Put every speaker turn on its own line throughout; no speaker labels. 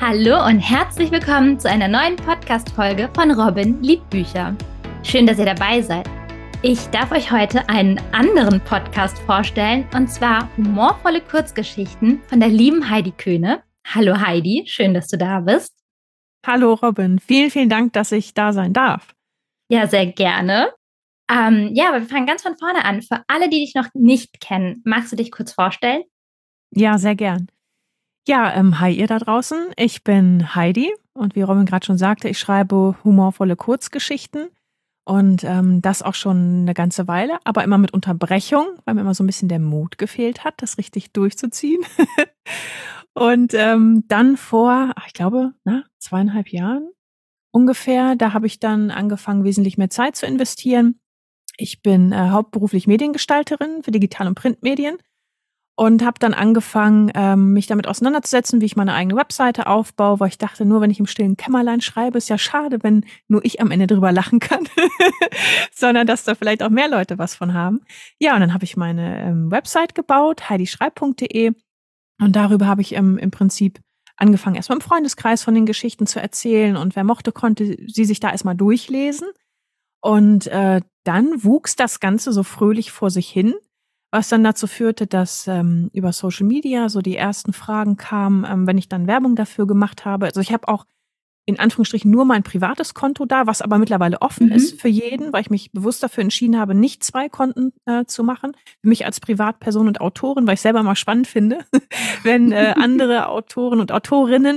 Hallo und herzlich willkommen zu einer neuen Podcast-Folge von Robin liebt Bücher. Schön, dass ihr dabei seid. Ich darf euch heute einen anderen Podcast vorstellen, und zwar humorvolle Kurzgeschichten von der lieben Heidi Köhne. Hallo Heidi, schön, dass du da bist.
Hallo Robin, vielen, vielen Dank, dass ich da sein darf.
Ja, sehr gerne. Aber wir fangen ganz von vorne an. Für alle, die dich noch nicht kennen, magst du dich kurz vorstellen?
Ja, sehr gern. Ja, hi ihr da draußen. Ich bin Heidi und wie Robin gerade schon sagte, ich schreibe humorvolle Kurzgeschichten und das auch schon eine ganze Weile, aber immer mit Unterbrechung, weil mir immer so ein bisschen der Mut gefehlt hat, das richtig durchzuziehen. Und dann vor, ich glaube, 2,5 Jahren ungefähr, da habe ich dann angefangen, wesentlich mehr Zeit zu investieren. Ich bin hauptberuflich Mediengestalterin für Digital- und Printmedien und habe dann angefangen, mich damit auseinanderzusetzen, wie ich meine eigene Webseite aufbaue, weil ich dachte, nur wenn ich im stillen Kämmerlein schreibe, ist ja schade, wenn nur ich am Ende drüber lachen kann, sondern dass da vielleicht auch mehr Leute was von haben. Ja, und dann habe ich meine Website gebaut, heidischreib.de, und darüber habe ich im Prinzip angefangen, erstmal im Freundeskreis von den Geschichten zu erzählen, und wer mochte, konnte sie sich da erstmal durchlesen. Und dann wuchs das Ganze so fröhlich vor sich hin, was dann dazu führte, dass über Social Media so die ersten Fragen kamen, wenn ich dann Werbung dafür gemacht habe. Also ich habe auch in Anführungsstrichen nur mein privates Konto da, was aber mittlerweile offen ist für jeden, weil ich mich bewusst dafür entschieden habe, nicht 2 Konten zu machen. Für mich als Privatperson und Autorin, weil ich selber mal spannend finde, wenn andere Autoren und Autorinnen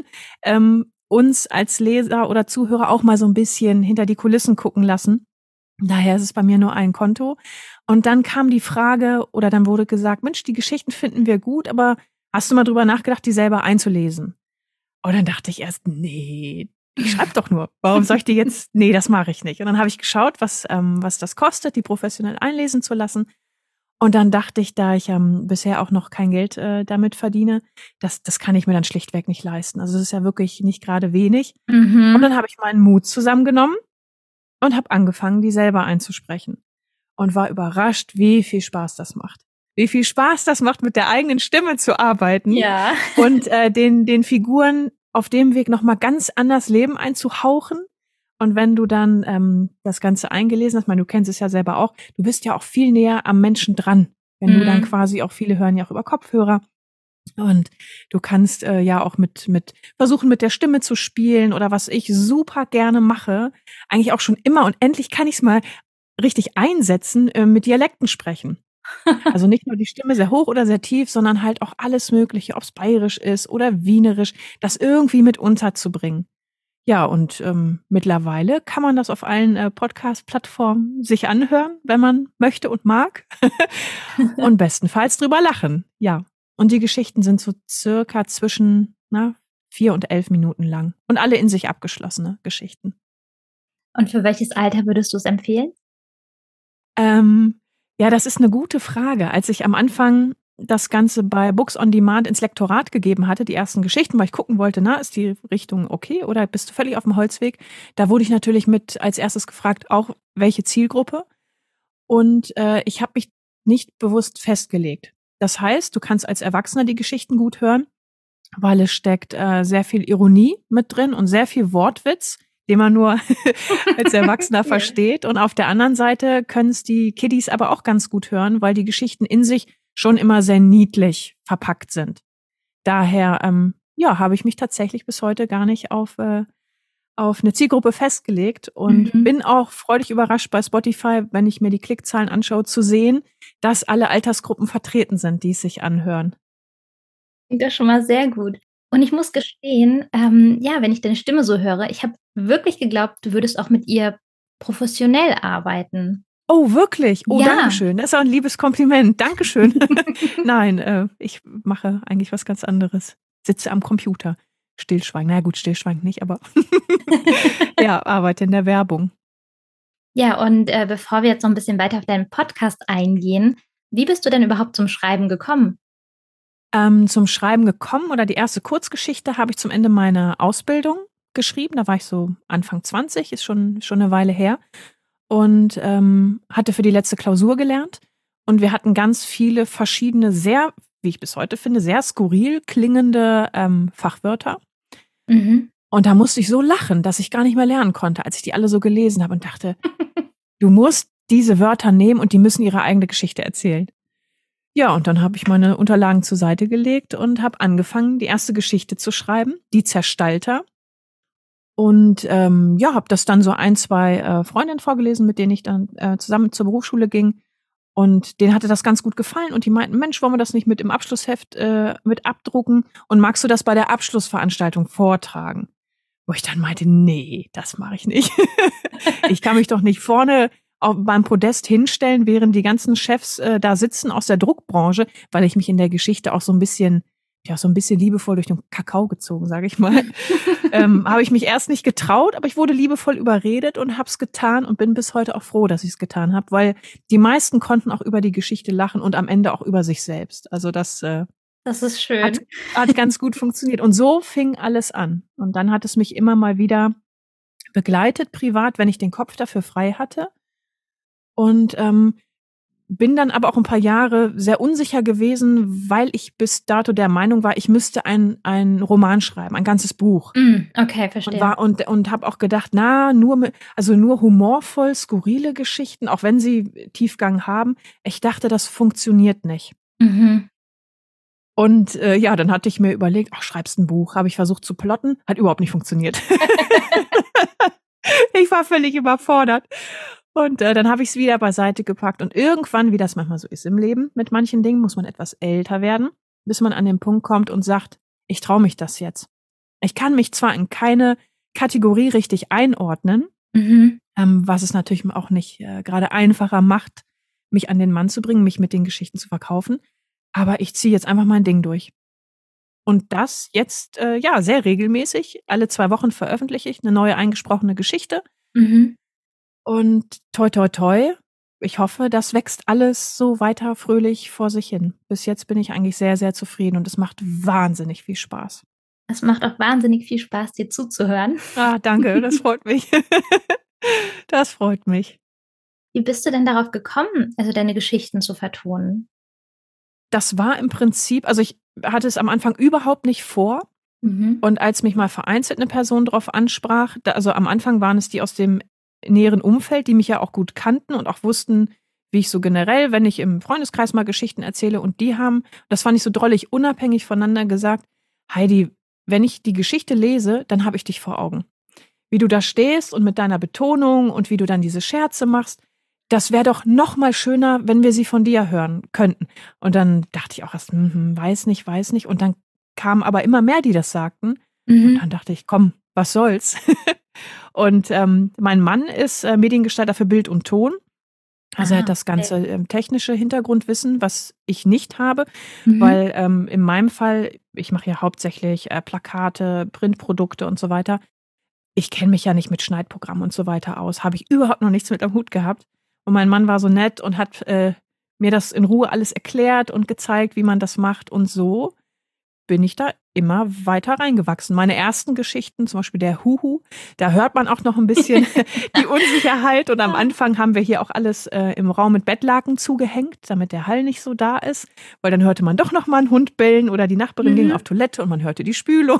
uns als Leser oder Zuhörer auch mal so ein bisschen hinter die Kulissen gucken lassen. Daher ist es bei mir nur ein Konto. Und dann kam die Frage, oder dann wurde gesagt, Mensch, die Geschichten finden wir gut, aber hast du mal drüber nachgedacht, die selber einzulesen? Und dann dachte ich erst, nee, ich schreibe doch nur. Warum soll ich die jetzt? Nee, das mache ich nicht. Und dann habe ich geschaut, was das kostet, die professionell einlesen zu lassen. Und dann dachte ich, da ich bisher auch noch kein Geld damit verdiene, das kann ich mir dann schlichtweg nicht leisten. Also das ist ja wirklich nicht gerade wenig. Und dann habe ich meinen Mut zusammengenommen und habe angefangen, die selber einzusprechen. Und war überrascht, wie viel Spaß das macht. Wie viel Spaß das macht, mit der eigenen Stimme zu arbeiten.
Ja.
Und den Figuren auf dem Weg nochmal ganz anders Leben einzuhauchen. Und wenn du dann das Ganze eingelesen hast, ich meine, du kennst es ja selber auch, du bist ja auch viel näher am Menschen dran. Wenn du dann quasi auch, viele hören ja auch über Kopfhörer. Und du kannst ja auch mit versuchen, mit der Stimme zu spielen, oder was ich super gerne mache, eigentlich auch schon immer, und endlich kann ich es mal richtig einsetzen, mit Dialekten sprechen. Also nicht nur die Stimme sehr hoch oder sehr tief, sondern halt auch alles Mögliche, ob es bayerisch ist oder wienerisch, das irgendwie mit unterzubringen. Ja, und mittlerweile kann man das auf allen Podcast-Plattformen sich anhören, wenn man möchte und mag. Und bestenfalls drüber lachen. Ja. Und die Geschichten sind so circa zwischen 4 und 11 Minuten lang. Und alle in sich abgeschlossene Geschichten.
Und für welches Alter würdest du es empfehlen?
Ja, das ist eine gute Frage. Als ich am Anfang das Ganze bei Books on Demand ins Lektorat gegeben hatte, die ersten Geschichten, weil ich gucken wollte, ist die Richtung okay oder bist du völlig auf dem Holzweg? Da wurde ich natürlich mit als erstes gefragt, auch welche Zielgruppe. Und ich habe mich nicht bewusst festgelegt. Das heißt, du kannst als Erwachsener die Geschichten gut hören, weil es steckt sehr viel Ironie mit drin und sehr viel Wortwitz, den man nur als Erwachsener versteht. Und auf der anderen Seite können es die Kiddies aber auch ganz gut hören, weil die Geschichten in sich schon immer sehr niedlich verpackt sind. Daher habe ich mich tatsächlich bis heute gar nicht auf eine Zielgruppe festgelegt und bin auch freudig überrascht bei Spotify, wenn ich mir die Klickzahlen anschaue, zu sehen, dass alle Altersgruppen vertreten sind, die es sich anhören.
Klingt das schon mal sehr gut. Und ich muss gestehen, wenn ich deine Stimme so höre, ich habe wirklich geglaubt, du würdest auch mit ihr professionell arbeiten.
Oh, wirklich? Oh,
Ja.
Dankeschön. Das ist auch ein liebes Kompliment. Dankeschön. Nein, ich mache eigentlich was ganz anderes. Sitze am Computer. Stillschweigen. Na gut, Stillschweigen nicht, aber ja, arbeite in der Werbung.
Ja, und bevor wir jetzt noch ein bisschen weiter auf deinen Podcast eingehen, wie bist du denn überhaupt zum Schreiben gekommen?
Zum Schreiben gekommen, oder die erste Kurzgeschichte habe ich zum Ende meiner Ausbildung geschrieben. Da war ich so Anfang 20, ist schon eine Weile her. Und hatte für die letzte Klausur gelernt. Und wir hatten ganz viele verschiedene, sehr, wie ich bis heute finde, sehr skurril klingende Fachwörter.
Mhm.
Und da musste ich so lachen, dass ich gar nicht mehr lernen konnte, als ich die alle so gelesen habe und dachte, du musst diese Wörter nehmen und die müssen ihre eigene Geschichte erzählen. Ja, und dann habe ich meine Unterlagen zur Seite gelegt und habe angefangen, die erste Geschichte zu schreiben, die Zerstalter. Und ja, habe das dann so ein, zwei Freundinnen vorgelesen, mit denen ich dann zusammen zur Berufsschule ging. Und denen hatte das ganz gut gefallen. Und die meinten, Mensch, wollen wir das nicht mit im Abschlussheft mit abdrucken? Und magst du das bei der Abschlussveranstaltung vortragen? Wo ich dann meinte, nee, das mache ich nicht. Ich kann mich doch nicht vorne beim Podest hinstellen, während die ganzen Chefs da sitzen aus der Druckbranche, weil ich mich in der Geschichte auch so ein bisschen liebevoll durch den Kakao gezogen, sage ich mal. Habe ich mich erst nicht getraut, aber ich wurde liebevoll überredet und hab's getan und bin bis heute auch froh, dass ich es getan habe, weil die meisten konnten auch über die Geschichte lachen und am Ende auch über sich selbst. Also das
ist schön.
hat ganz gut funktioniert. Und so fing alles an. Und dann hat es mich immer mal wieder begleitet, privat, wenn ich den Kopf dafür frei hatte. Und bin dann aber auch ein paar Jahre sehr unsicher gewesen, weil ich bis dato der Meinung war, ich müsste ein Roman schreiben, ein ganzes Buch.
Okay, verstehe.
Und habe auch gedacht, nur humorvoll, skurrile Geschichten, auch wenn sie Tiefgang haben. Ich dachte, das funktioniert nicht.
Mhm.
Und ja, dann hatte ich mir überlegt, ach, schreibst ein Buch. Habe ich versucht zu plotten, hat überhaupt nicht funktioniert. Ich war völlig überfordert. Und dann habe ich es wieder beiseite gepackt. Und irgendwann, wie das manchmal so ist im Leben, mit manchen Dingen muss man etwas älter werden, bis man an den Punkt kommt und sagt, ich traue mich das jetzt. Ich kann mich zwar in keine Kategorie richtig einordnen, was es natürlich auch nicht gerade einfacher macht, mich an den Mann zu bringen, mich mit den Geschichten zu verkaufen, aber ich ziehe jetzt einfach mein Ding durch. Und das jetzt, ja, sehr regelmäßig. Alle 2 Wochen veröffentliche ich eine neue eingesprochene Geschichte. Und toi, toi, toi. Ich hoffe, das wächst alles so weiter fröhlich vor sich hin. Bis jetzt bin ich eigentlich sehr, sehr zufrieden und es macht wahnsinnig viel Spaß.
Es macht auch wahnsinnig viel Spaß, dir zuzuhören.
Ah, danke, das freut mich. Das freut mich.
Wie bist du denn darauf gekommen, also deine Geschichten zu vertonen?
Das war im Prinzip, also ich hatte es am Anfang überhaupt nicht vor. Und als mich mal vereinzelt eine Person drauf ansprach, also am Anfang waren es die aus dem näheren Umfeld, die mich ja auch gut kannten und auch wussten, wie ich so generell, wenn ich im Freundeskreis mal Geschichten erzähle, und die haben, das fand ich so drollig, unabhängig voneinander gesagt, Heidi, wenn ich die Geschichte lese, dann habe ich dich vor Augen. Wie du da stehst und mit deiner Betonung und wie du dann diese Scherze machst, das wäre doch noch mal schöner, wenn wir sie von dir hören könnten. Und dann dachte ich auch erst, weiß nicht. Und dann kamen aber immer mehr, die das sagten. Und dann dachte ich, komm, was soll's? Und mein Mann ist Mediengestalter für Bild und Ton. Also er hat das ganze technische Hintergrundwissen, was ich nicht habe, weil in meinem Fall, ich mache ja hauptsächlich Plakate, Printprodukte und so weiter. Ich kenne mich ja nicht mit Schneidprogrammen und so weiter aus. Habe ich überhaupt noch nichts mit am Hut gehabt. Und mein Mann war so nett und hat mir das in Ruhe alles erklärt und gezeigt, wie man das macht. Und so bin ich da immer weiter reingewachsen. Meine ersten Geschichten, zum Beispiel der Huhu, da hört man auch noch ein bisschen die Unsicherheit. Und am Anfang haben wir hier auch alles im Raum mit Bettlaken zugehängt, damit der Hall nicht so da ist. Weil dann hörte man doch noch mal einen Hund bellen oder die Nachbarin ging auf Toilette und man hörte die Spülung.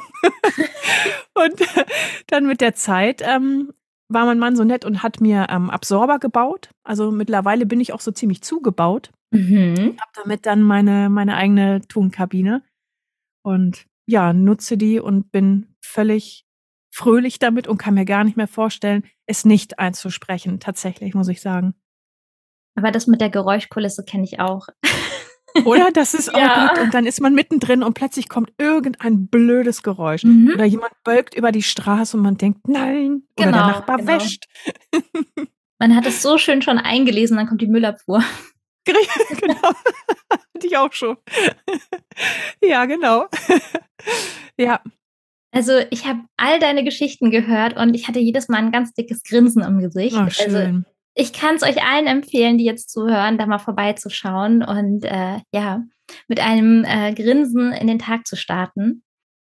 Und dann mit der Zeit war mein Mann so nett und hat mir Absorber gebaut. Also mittlerweile bin ich auch so ziemlich zugebaut. Habe damit dann meine eigene Tonkabine. Und ja, nutze die und bin völlig fröhlich damit und kann mir gar nicht mehr vorstellen, es nicht einzusprechen. Tatsächlich, muss ich sagen.
Aber das mit der Geräuschkulisse kenne ich auch.
Oder? Das ist, oh Gott, und dann ist man mittendrin und plötzlich kommt irgendein blödes Geräusch. Oder jemand bölkt über die Straße und man denkt, nein. Oder der Nachbar wäscht.
Man hat es so schön schon eingelesen, dann kommt die Müllabfuhr.
Genau. Hatte ich auch schon. Ja, genau. Ja.
Also ich habe all deine Geschichten gehört und ich hatte jedes Mal ein ganz dickes Grinsen im Gesicht.
Oh, schön.
Also ich kann es euch allen empfehlen, die jetzt zuhören, da mal vorbeizuschauen und ja, mit einem Grinsen in den Tag zu starten.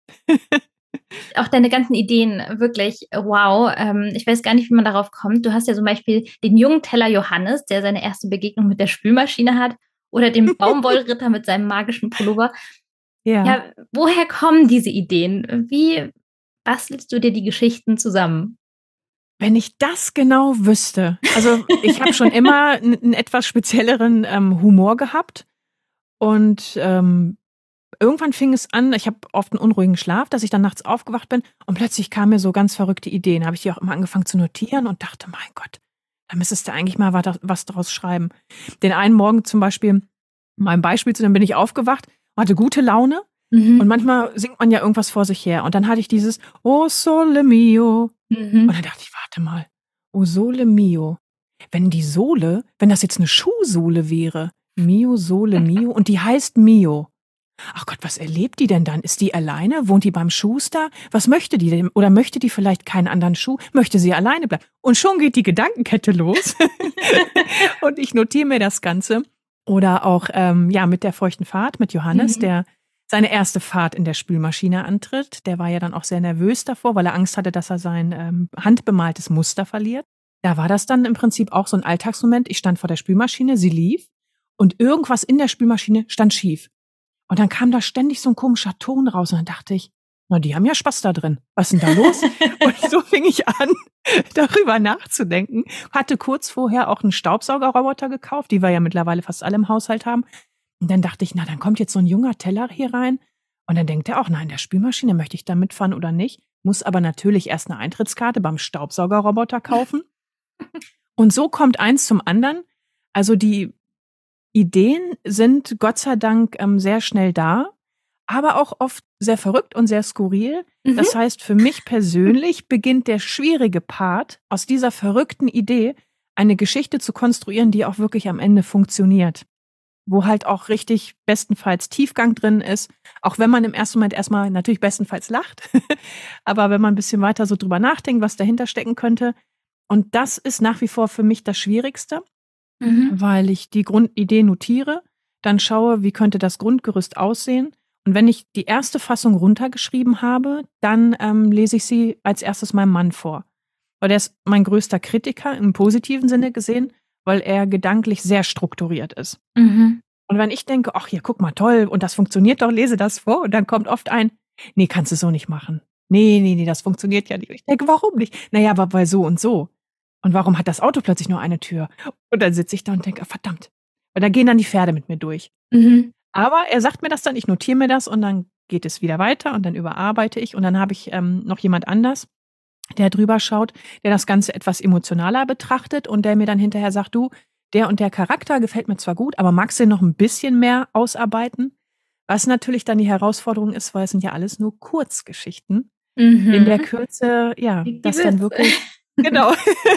Auch deine ganzen Ideen, wirklich wow. Ich weiß gar nicht, wie man darauf kommt. Du hast ja zum Beispiel den jungen Teller Johannes, der seine erste Begegnung mit der Spülmaschine hat, oder den Baumwollritter mit seinem magischen Pullover. Ja, woher kommen diese Ideen? Wie bastelst du dir die Geschichten zusammen?
Wenn ich das genau wüsste. Also ich habe schon immer einen etwas spezielleren Humor gehabt und irgendwann fing es an, ich habe oft einen unruhigen Schlaf, dass ich dann nachts aufgewacht bin und plötzlich kamen mir so ganz verrückte Ideen. Habe ich die auch immer angefangen zu notieren und dachte, mein Gott, da müsstest du eigentlich mal was draus schreiben. Den einen Morgen zum Beispiel, um ein Beispiel zu nennen, bin ich aufgewacht, hatte gute Laune und manchmal singt man ja irgendwas vor sich her. Und dann hatte ich dieses O Sole Mio. Und dann dachte ich, warte mal, O Sole Mio. Wenn das jetzt eine Schuhsohle wäre, Mio, Sole, Mio, und die heißt Mio. Ach Gott, was erlebt die denn dann? Ist die alleine? Wohnt die beim Schuster? Was möchte die denn? Oder möchte die vielleicht keinen anderen Schuh? Möchte sie alleine bleiben? Und schon geht die Gedankenkette los. Und ich notiere mir das Ganze. Oder auch mit der feuchten Fahrt mit Johannes, der seine erste Fahrt in der Spülmaschine antritt. Der war ja dann auch sehr nervös davor, weil er Angst hatte, dass er sein handbemaltes Muster verliert. Da war das dann im Prinzip auch so ein Alltagsmoment. Ich stand vor der Spülmaschine, sie lief und irgendwas in der Spülmaschine stand schief. Und dann kam da ständig so ein komischer Ton raus und dann dachte ich, na, die haben ja Spaß da drin. Was ist denn da los? Und so fing ich an, darüber nachzudenken. Hatte kurz vorher auch einen Staubsaugerroboter gekauft, die wir ja mittlerweile fast alle im Haushalt haben. Und dann dachte ich, na, dann kommt jetzt so ein junger Teller hier rein. Und dann denkt er auch, na, in der Spülmaschine möchte ich da mitfahren oder nicht. Muss aber natürlich erst eine Eintrittskarte beim Staubsaugerroboter kaufen. Und so kommt eins zum anderen. Also die Ideen sind Gott sei Dank sehr schnell da, aber auch oft sehr verrückt und sehr skurril. Das heißt, für mich persönlich beginnt der schwierige Part, aus dieser verrückten Idee eine Geschichte zu konstruieren, die auch wirklich am Ende funktioniert. Wo halt auch richtig bestenfalls Tiefgang drin ist, auch wenn man im ersten Moment erstmal natürlich bestenfalls lacht, aber wenn man ein bisschen weiter so drüber nachdenkt, was dahinter stecken könnte. Und das ist nach wie vor für mich das Schwierigste. Weil ich die Grundidee notiere, dann schaue, wie könnte das Grundgerüst aussehen. Und wenn ich die erste Fassung runtergeschrieben habe, dann lese ich sie als erstes meinem Mann vor. Weil der ist mein größter Kritiker im positiven Sinne gesehen, weil er gedanklich sehr strukturiert ist. Und wenn ich denke, ach hier, guck mal, toll, und das funktioniert doch, lese das vor, und dann kommt oft ein, nee, kannst du so nicht machen. Nee, das funktioniert ja nicht. Ich denke, warum nicht? Naja, aber weil so und so. Und warum hat das Auto plötzlich nur eine Tür? Und dann sitze ich da und denke, verdammt. Weil da gehen dann die Pferde mit mir durch. Aber er sagt mir das dann, ich notiere mir das und dann geht es wieder weiter und dann überarbeite ich. Und dann habe ich noch jemand anders, der drüber schaut, der das Ganze etwas emotionaler betrachtet und der mir dann hinterher sagt, du, der und der Charakter gefällt mir zwar gut, aber magst du noch ein bisschen mehr ausarbeiten? Was natürlich dann die Herausforderung ist, weil es sind ja alles nur Kurzgeschichten. In der Kürze, ja, das dann wirklich... Genau,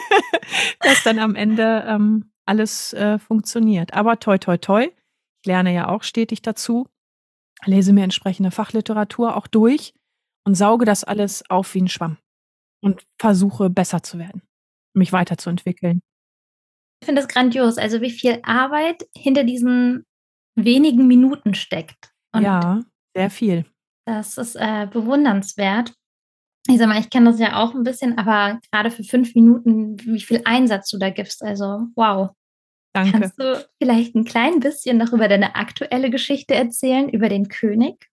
dass dann am Ende alles funktioniert. Aber toi, toi, toi, ich lerne ja auch stetig dazu, lese mir entsprechende Fachliteratur auch durch und sauge das alles auf wie ein Schwamm und versuche besser zu werden, mich weiterzuentwickeln.
Ich finde das grandios, also wie viel Arbeit hinter diesen wenigen Minuten steckt. Und
ja, sehr viel.
Das ist bewundernswert. Ich sag mal, ich kenne das ja auch ein bisschen, aber gerade für 5 Minuten, wie viel Einsatz du da gibst, also wow.
Danke.
Kannst du vielleicht ein klein bisschen noch über deine aktuelle Geschichte erzählen, über den König?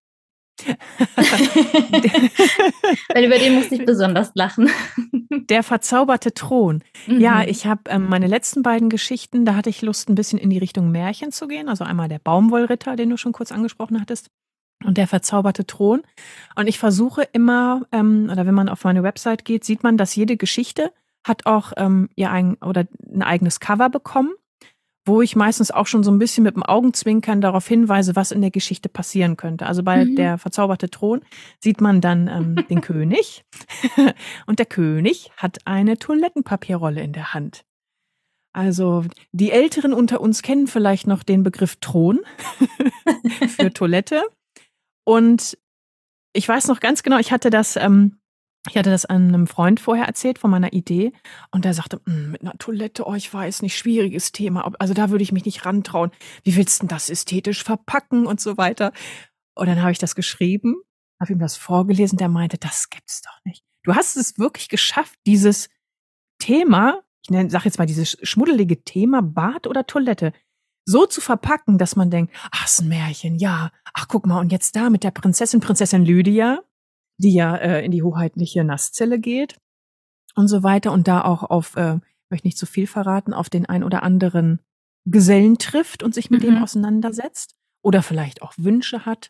Weil über den musste ich besonders lachen.
Der verzauberte Thron. Ja, ich habe meine letzten beiden Geschichten, da hatte ich Lust, ein bisschen in die Richtung Märchen zu gehen. Also einmal der Baumwollritter, den du schon kurz angesprochen hattest. Und der verzauberte Thron. Und ich versuche immer, oder wenn man auf meine Website geht, sieht man, dass jede Geschichte hat auch ein eigenes Cover bekommen, wo ich meistens auch schon so ein bisschen mit dem Augenzwinkern darauf hinweise, was in der Geschichte passieren könnte. Also bei der verzauberte Thron sieht man dann den König. Und der König hat eine Toilettenpapierrolle in der Hand. Also die Älteren unter uns kennen vielleicht noch den Begriff Thron für Toilette. Und ich weiß noch ganz genau, ich hatte das an einem Freund vorher erzählt von meiner Idee und der sagte, mit einer Toilette, oh, ich weiß nicht, schwieriges Thema, also da würde ich mich nicht rantrauen. Wie willst du denn das ästhetisch verpacken und so weiter? Und dann habe ich das geschrieben, habe ihm das vorgelesen, der meinte, das gibt's doch nicht. Du hast es wirklich geschafft, dieses Thema, sag jetzt mal dieses schmuddelige Thema Bad oder Toilette, so zu verpacken, dass man denkt, ach, ist ein Märchen, ja. Ach, guck mal, und jetzt da mit der Prinzessin Lydia. die ja in die hoheitliche Nasszelle geht und so weiter und da auch auf, möchte nicht zu viel verraten, auf den ein oder anderen Gesellen trifft und sich mit dem auseinandersetzt oder vielleicht auch Wünsche hat.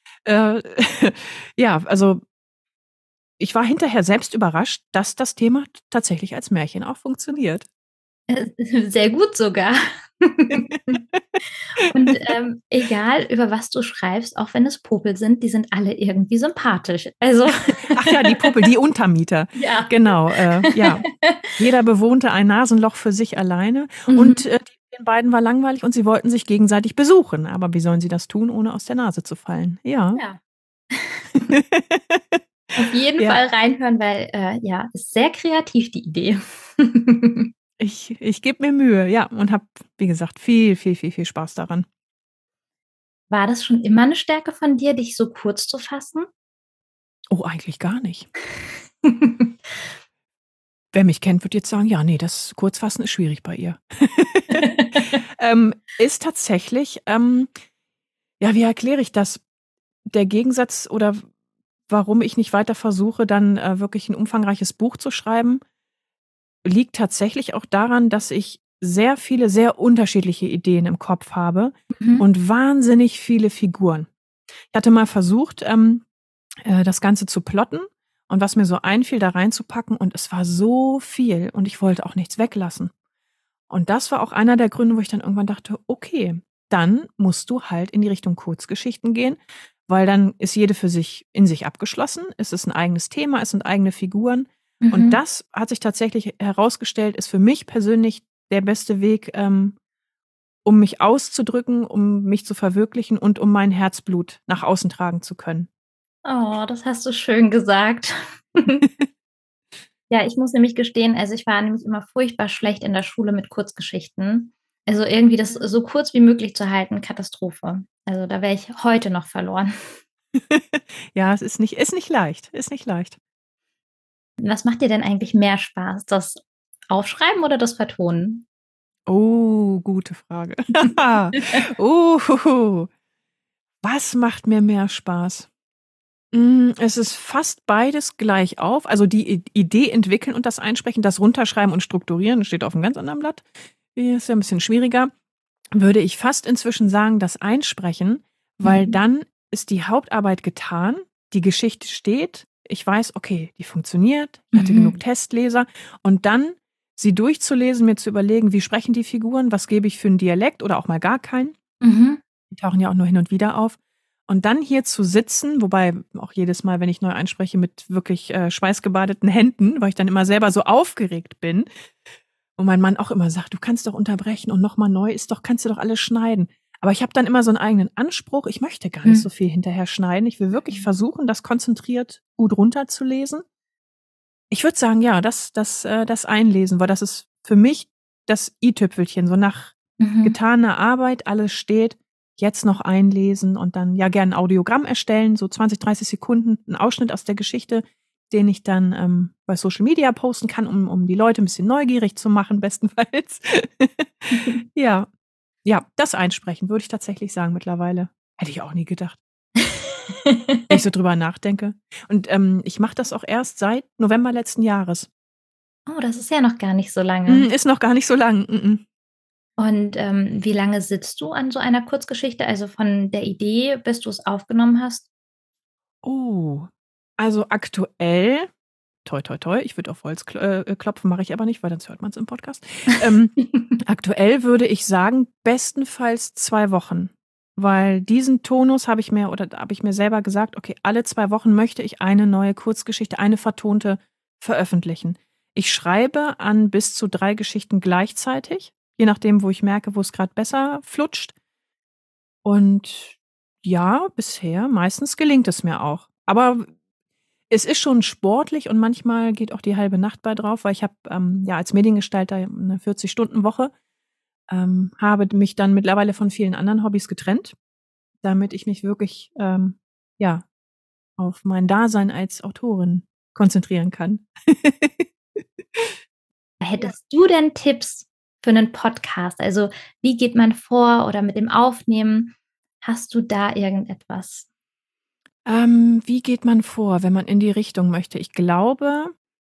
Ja, also ich war hinterher selbst überrascht, dass das Thema tatsächlich als Märchen auch funktioniert.
Sehr gut sogar. Und egal, über was du schreibst, auch wenn es Popel sind, die sind alle irgendwie sympathisch. Also
Ach ja, die Popel, die Untermieter.
ja.
Genau, ja. Jeder bewohnte ein Nasenloch für sich alleine und den beiden war langweilig und sie wollten sich gegenseitig besuchen. Aber wie sollen sie das tun, ohne aus der Nase zu fallen? Ja.
Ja. Auf jeden
Ja.
Fall reinhören, weil ja, ist sehr kreativ die Idee.
Ich gebe mir Mühe, ja, und habe, wie gesagt, viel Spaß daran.
War das schon immer eine Stärke von dir, dich so kurz zu fassen?
Oh, eigentlich gar nicht. Wer mich kennt, wird jetzt sagen, ja, nee, das Kurzfassen ist schwierig bei ihr. Ist tatsächlich, ja, wie erkläre ich das? Der Gegensatz oder warum ich nicht weiter versuche, dann wirklich ein umfangreiches Buch zu schreiben, liegt tatsächlich auch daran, dass ich sehr viele, sehr unterschiedliche Ideen im Kopf habe und wahnsinnig viele Figuren. Ich hatte mal versucht, das Ganze zu plotten und was mir so einfiel, da reinzupacken und es war so viel und ich wollte auch nichts weglassen. Und das war auch einer der Gründe, wo ich dann irgendwann dachte, okay, dann musst du halt in die Richtung Kurzgeschichten gehen, weil dann ist jede für sich in sich abgeschlossen, es ist ein eigenes Thema, es sind eigene Figuren. Und das hat sich tatsächlich herausgestellt, ist für mich persönlich der beste Weg, um mich auszudrücken, um mich zu verwirklichen und um mein Herzblut nach außen tragen zu können.
Oh, das hast du schön gesagt. Ja, ich muss nämlich gestehen, also ich war nämlich immer furchtbar schlecht in der Schule mit Kurzgeschichten. Also irgendwie das so kurz wie möglich zu halten, Katastrophe. Also da wäre ich heute noch verloren.
Ja, es ist nicht leicht, ist nicht leicht.
Was macht dir denn eigentlich mehr Spaß? Das Aufschreiben oder das Vertonen?
Oh, gute Frage. Was macht mir mehr Spaß? Es ist fast beides gleich auf. Also die Idee entwickeln und das Einsprechen, das Runterschreiben und Strukturieren, steht auf einem ganz anderen Blatt. Ist ja ein bisschen schwieriger. Würde ich fast inzwischen sagen, das Einsprechen, weil dann ist die Hauptarbeit getan, die Geschichte steht, ich weiß, okay, die funktioniert, ich hatte genug Testleser und dann sie durchzulesen, mir zu überlegen, wie sprechen die Figuren, was gebe ich für einen Dialekt oder auch mal gar keinen. Die tauchen ja auch nur hin und wieder auf. Und dann hier zu sitzen, wobei auch jedes Mal, wenn ich neu einspreche, mit wirklich schweißgebadeten Händen, weil ich dann immer selber so aufgeregt bin. Und mein Mann auch immer sagt, du kannst doch unterbrechen und nochmal neu ist doch, kannst du doch alles schneiden. Aber ich habe dann immer so einen eigenen Anspruch. Ich möchte gar nicht so viel hinterher schneiden. Ich will wirklich versuchen, das konzentriert gut runterzulesen. Ich würde sagen, ja, das Einlesen, weil das ist für mich das i-Tüpfelchen, so nach getaner Arbeit, alles steht, jetzt noch einlesen und dann ja gern ein Audiogramm erstellen, so 20, 30 Sekunden, ein Ausschnitt aus der Geschichte, den ich dann bei Social Media posten kann, um die Leute ein bisschen neugierig zu machen, bestenfalls. Ja, das Einsprechen, würde ich tatsächlich sagen mittlerweile. Hätte ich auch nie gedacht, wenn ich so drüber nachdenke. Und ich mache das auch erst seit November letzten Jahres.
Oh, das ist ja noch gar nicht so lange.
Ist noch gar nicht so lang.
Und wie lange sitzt du an so einer Kurzgeschichte? Also von der Idee, bis du es aufgenommen hast?
Oh, also aktuell, toi, toi, toi, ich würde auf Holz klopfen, mache ich aber nicht, weil sonst hört man es im Podcast. Aktuell würde ich sagen, bestenfalls 2 Wochen. Weil diesen Tonus habe ich mir selber gesagt, okay, alle 2 Wochen möchte ich eine neue Kurzgeschichte, eine vertonte veröffentlichen. Ich schreibe an bis zu 3 Geschichten gleichzeitig, je nachdem, wo ich merke, wo es gerade besser flutscht. Und ja, bisher meistens gelingt es mir auch. Aber es ist schon sportlich und manchmal geht auch die halbe Nacht bei drauf, weil ich habe ja als Mediengestalter eine 40-Stunden-Woche, habe mich dann mittlerweile von vielen anderen Hobbys getrennt, damit ich mich wirklich ja auf mein Dasein als Autorin konzentrieren kann.
Hättest du denn Tipps für einen Podcast? Also, wie geht man vor oder mit dem Aufnehmen? Hast du da irgendetwas?
Wie geht man vor, wenn man in die Richtung möchte? Ich glaube,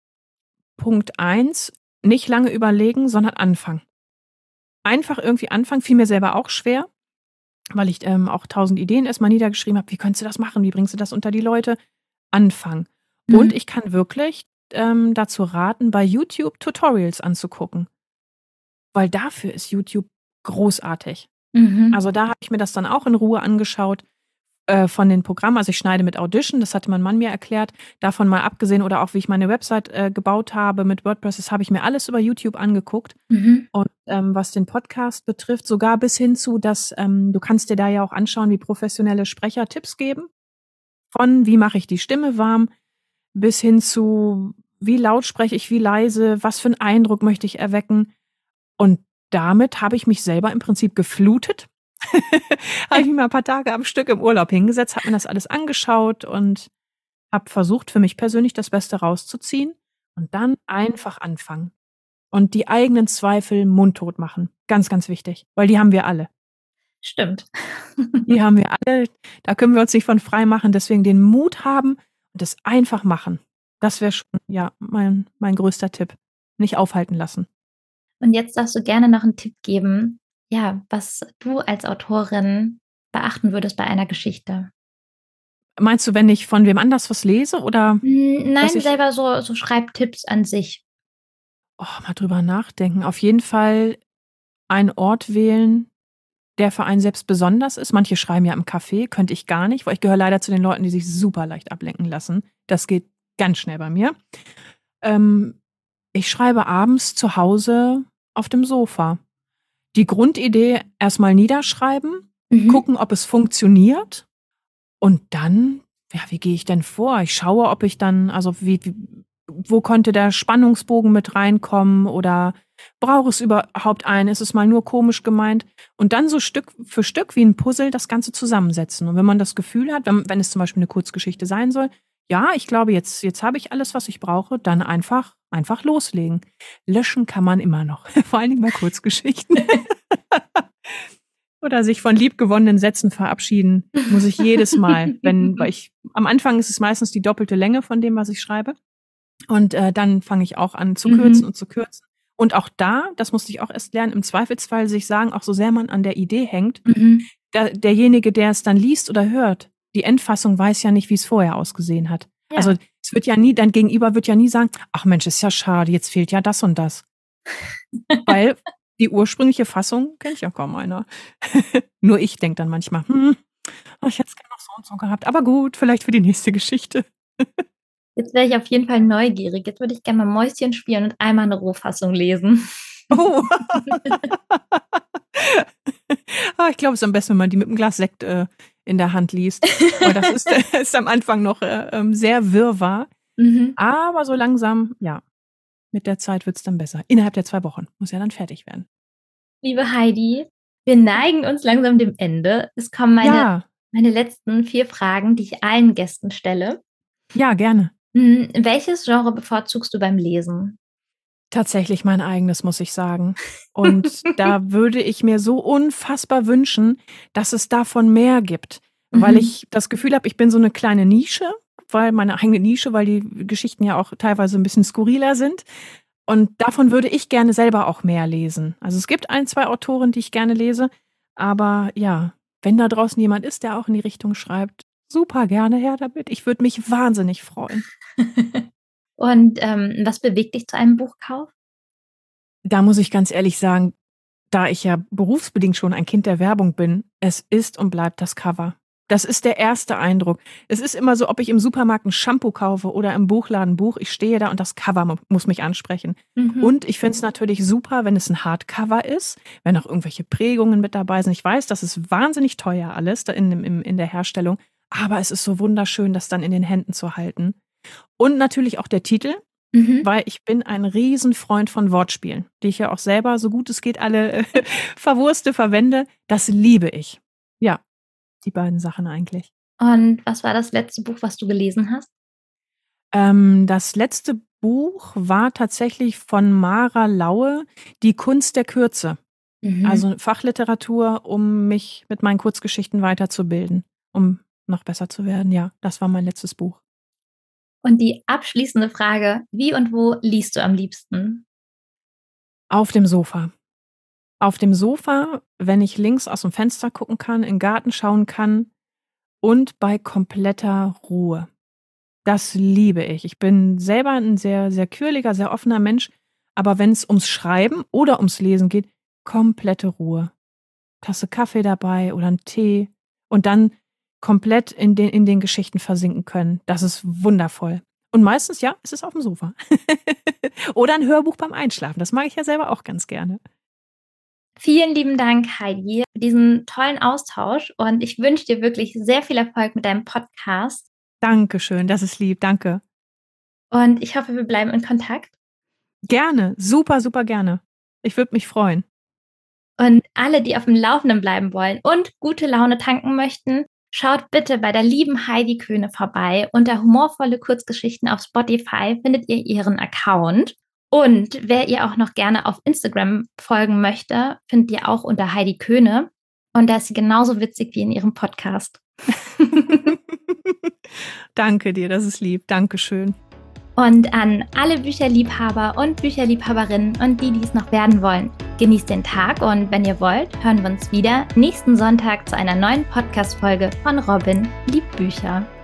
Punkt 1: nicht lange überlegen, sondern anfangen. Einfach irgendwie anfangen, fiel mir selber auch schwer, weil ich, auch 1.000 Ideen erst mal niedergeschrieben habe. Wie könntest du das machen? Wie bringst du das unter die Leute? Anfangen. Und
Mhm.
ich kann wirklich, dazu raten, bei YouTube Tutorials anzugucken, weil dafür ist YouTube großartig.
Mhm.
Also, da habe ich mir das dann auch in Ruhe angeschaut, von den Programmen. Also, ich schneide mit Audition, das hatte mein Mann mir erklärt. Davon mal abgesehen oder auch wie ich meine Website, gebaut habe mit WordPress, das habe ich mir alles über YouTube angeguckt.
Mhm.
Und, was den Podcast betrifft, sogar bis hin zu, dass, du kannst dir da ja auch anschauen, wie professionelle Sprecher Tipps geben. Von wie mache ich die Stimme warm, bis hin zu wie laut spreche ich, wie leise, was für 'n Eindruck möchte ich erwecken. Und damit habe ich mich selber im Prinzip geflutet. Habe ich mich mal 'n paar Tage am Stück im Urlaub hingesetzt, habe mir das alles angeschaut und habe versucht, für mich persönlich das Beste rauszuziehen und dann einfach anfangen und die eigenen Zweifel mundtot machen. Ganz, ganz wichtig, weil die haben wir alle.
Stimmt.
Die haben wir alle, da können wir uns nicht von frei machen, deswegen den Mut haben und es einfach machen. Das wäre schon, ja, mein größter Tipp. Nicht aufhalten lassen.
Und jetzt darfst du gerne noch 'n Tipp geben, ja, was du als Autorin beachten würdest bei einer Geschichte.
Meinst du, wenn ich von wem anders was lese oder dass
Nein,
ich
selber so Schreibtipps an sich.
mal drüber nachdenken. Auf jeden Fall einen Ort wählen, der für einen selbst besonders ist. Manche schreiben ja im Café, könnte ich gar nicht, weil ich gehöre leider zu den Leuten, die sich super leicht ablenken lassen. Das geht ganz schnell bei mir. Ähm, Ich schreibe abends zu Hause auf dem Sofa. Die Grundidee erst mal niederschreiben,
Mhm.
gucken, ob es funktioniert und dann, ja, wie gehe ich denn vor? Ich schaue, ob ich dann also, wie wo könnte der Spannungsbogen mit reinkommen oder braucht es überhaupt einen? Ist es mal nur komisch gemeint? Und dann so Stück für Stück wie 'n Puzzle das Ganze zusammensetzen. Und wenn man das Gefühl hat, wenn es zum Beispiel 'ne Kurzgeschichte sein soll: „Ja, ich glaube, jetzt habe ich alles, was ich brauche“, dann einfach loslegen. Löschen kann man immer noch, vor allen Dingen bei Kurzgeschichten. Oder sich von liebgewonnenen Sätzen verabschieden, muss ich jedes Mal, weil ich am Anfang ist es meistens die doppelte Länge von dem, was ich schreibe. Und, dann fange ich auch an zu kürzen
Mhm.
und zu kürzen. Und auch da, das musste ich auch erst lernen, im Zweifelsfall sich sagen, auch so sehr man an der Idee hängt,
Mhm.
derjenige, der es dann liest oder hört, die Endfassung weiß ja nicht, wie es vorher ausgesehen hat. Also,
Ja.
es wird ja nie dein Gegenüber wird ja nie sagen: „Ach Mensch, ist ja schade, jetzt fehlt ja das und das.“ Weil die ursprüngliche Fassung kennt ja kaum einer. Nur ich denke dann manchmal: „Hm, ich hätte es gerne noch so und so gehabt, aber gut, vielleicht für die nächste Geschichte.“
Jetzt wäre ich auf jeden Fall neugierig. Jetzt würde ich gerne mal Mäuschen spielen und einmal 'ne Rohfassung lesen.
Oh. Ich glaube, es ist am besten, wenn man die mit 'm Glas Sekt, in der Hand liest, weil das ist ist am Anfang noch, sehr Wirrwarr.
Mhm.
Aber so langsam, ja, mit der Zeit wird's dann besser. Innerhalb der 2 Wochen muss ja dann fertig werden.
Liebe Heidi, wir neigen uns langsam dem Ende. Es kommen
Ja,
meine letzten 4 Fragen, die ich allen Gästen stelle.
ja, gerne.
Welches Genre bevorzugst du beim Lesen?
Tatsächlich mein eigenes, muss ich sagen. Und da würde ich mir so unfassbar wünschen, dass es davon mehr gibt, weil
Mhm.
ich das Gefühl habe, ich bin so 'ne kleine Nische, meine eigene Nische, weil die Geschichten ja auch teilweise 'n bisschen skurriler sind. Und davon würde ich gerne selber auch mehr lesen. Also, es gibt 1, 2 Autoren, die ich gerne lese, aber ja, wenn da draußen jemand ist, der auch in die Richtung schreibt, super gerne her damit. Ich würde mich wahnsinnig freuen.
Und, was bewegt dich zu einem Buchkauf?
Da muss ich ganz ehrlich sagen, da ich ja berufsbedingt schon ein Kind der Werbung bin, es ist und bleibt das Cover. Das ist der erste Eindruck. Es ist immer so, ob ich im Supermarkt 'n Shampoo kaufe oder im Buchladen 'n Buch. Ich stehe da und das Cover muss mich ansprechen.
Mhm.
Und ich finde es natürlich super, wenn es 'n Hardcover ist, wenn auch irgendwelche Prägungen mit dabei sind. Ich weiß, das ist wahnsinnig teuer alles da in der Herstellung, aber es ist so wunderschön, das dann in den Händen zu halten. Und natürlich auch der Titel,
Mhm.
weil ich bin ein Riesenfreund von Wortspielen, die ich ja auch selber, so gut es geht, alle verwurste, verwende. Das liebe ich. Ja, die beiden Sachen eigentlich.
Und was war das letzte Buch, was du gelesen hast?
Das letzte Buch war tatsächlich von Mara Laue, „Die Kunst der Kürze“.
Mhm.
Also Fachliteratur, um mich mit meinen Kurzgeschichten weiterzubilden, um noch besser zu werden. Ja, das war mein letztes Buch.
Und die abschließende Frage, wie und wo liest du am liebsten?
Auf dem Sofa. Auf dem Sofa, wenn ich links aus dem Fenster gucken kann, in den Garten schauen kann und bei kompletter Ruhe. Das liebe ich. Ich bin selber ein sehr, sehr quirliger, sehr offener Mensch, aber wenn es ums Schreiben oder ums Lesen geht, komplette Ruhe. Tasse Kaffee dabei oder 'n Tee und dann komplett in den Geschichten versinken können. Das ist wundervoll. Und meistens, ja, ist es auf dem Sofa. Oder 'n Hörbuch beim Einschlafen. Das mag ich ja selber auch ganz gerne.
Vielen lieben Dank, Heidi, für diesen tollen Austausch und ich wünsche dir wirklich sehr viel Erfolg mit deinem Podcast
Dankeschön, das ist lieb, danke.
und ich hoffe, wir bleiben in Kontakt.
Gerne, super, super gerne. Ich würde mich freuen.
Und alle, die auf dem Laufenden bleiben wollen und gute Laune tanken möchten, schaut bitte bei der lieben Heidi Köhne vorbei. Unter humorvolle Kurzgeschichten auf Spotify findet ihr ihren Account. Und wer ihr auch noch gerne auf Instagram folgen möchte, findet ihr auch unter Heidi Köhne. Und da ist sie genauso witzig wie in ihrem Podcast.
Danke dir, das ist lieb. Dankeschön.
Und an alle Bücherliebhaber und Bücherliebhaberinnen und die es noch werden wollen, genießt den Tag und wenn ihr wollt, hören wir uns wieder nächsten Sonntag zu einer neuen Podcast-Folge von Robin liebt Bücher.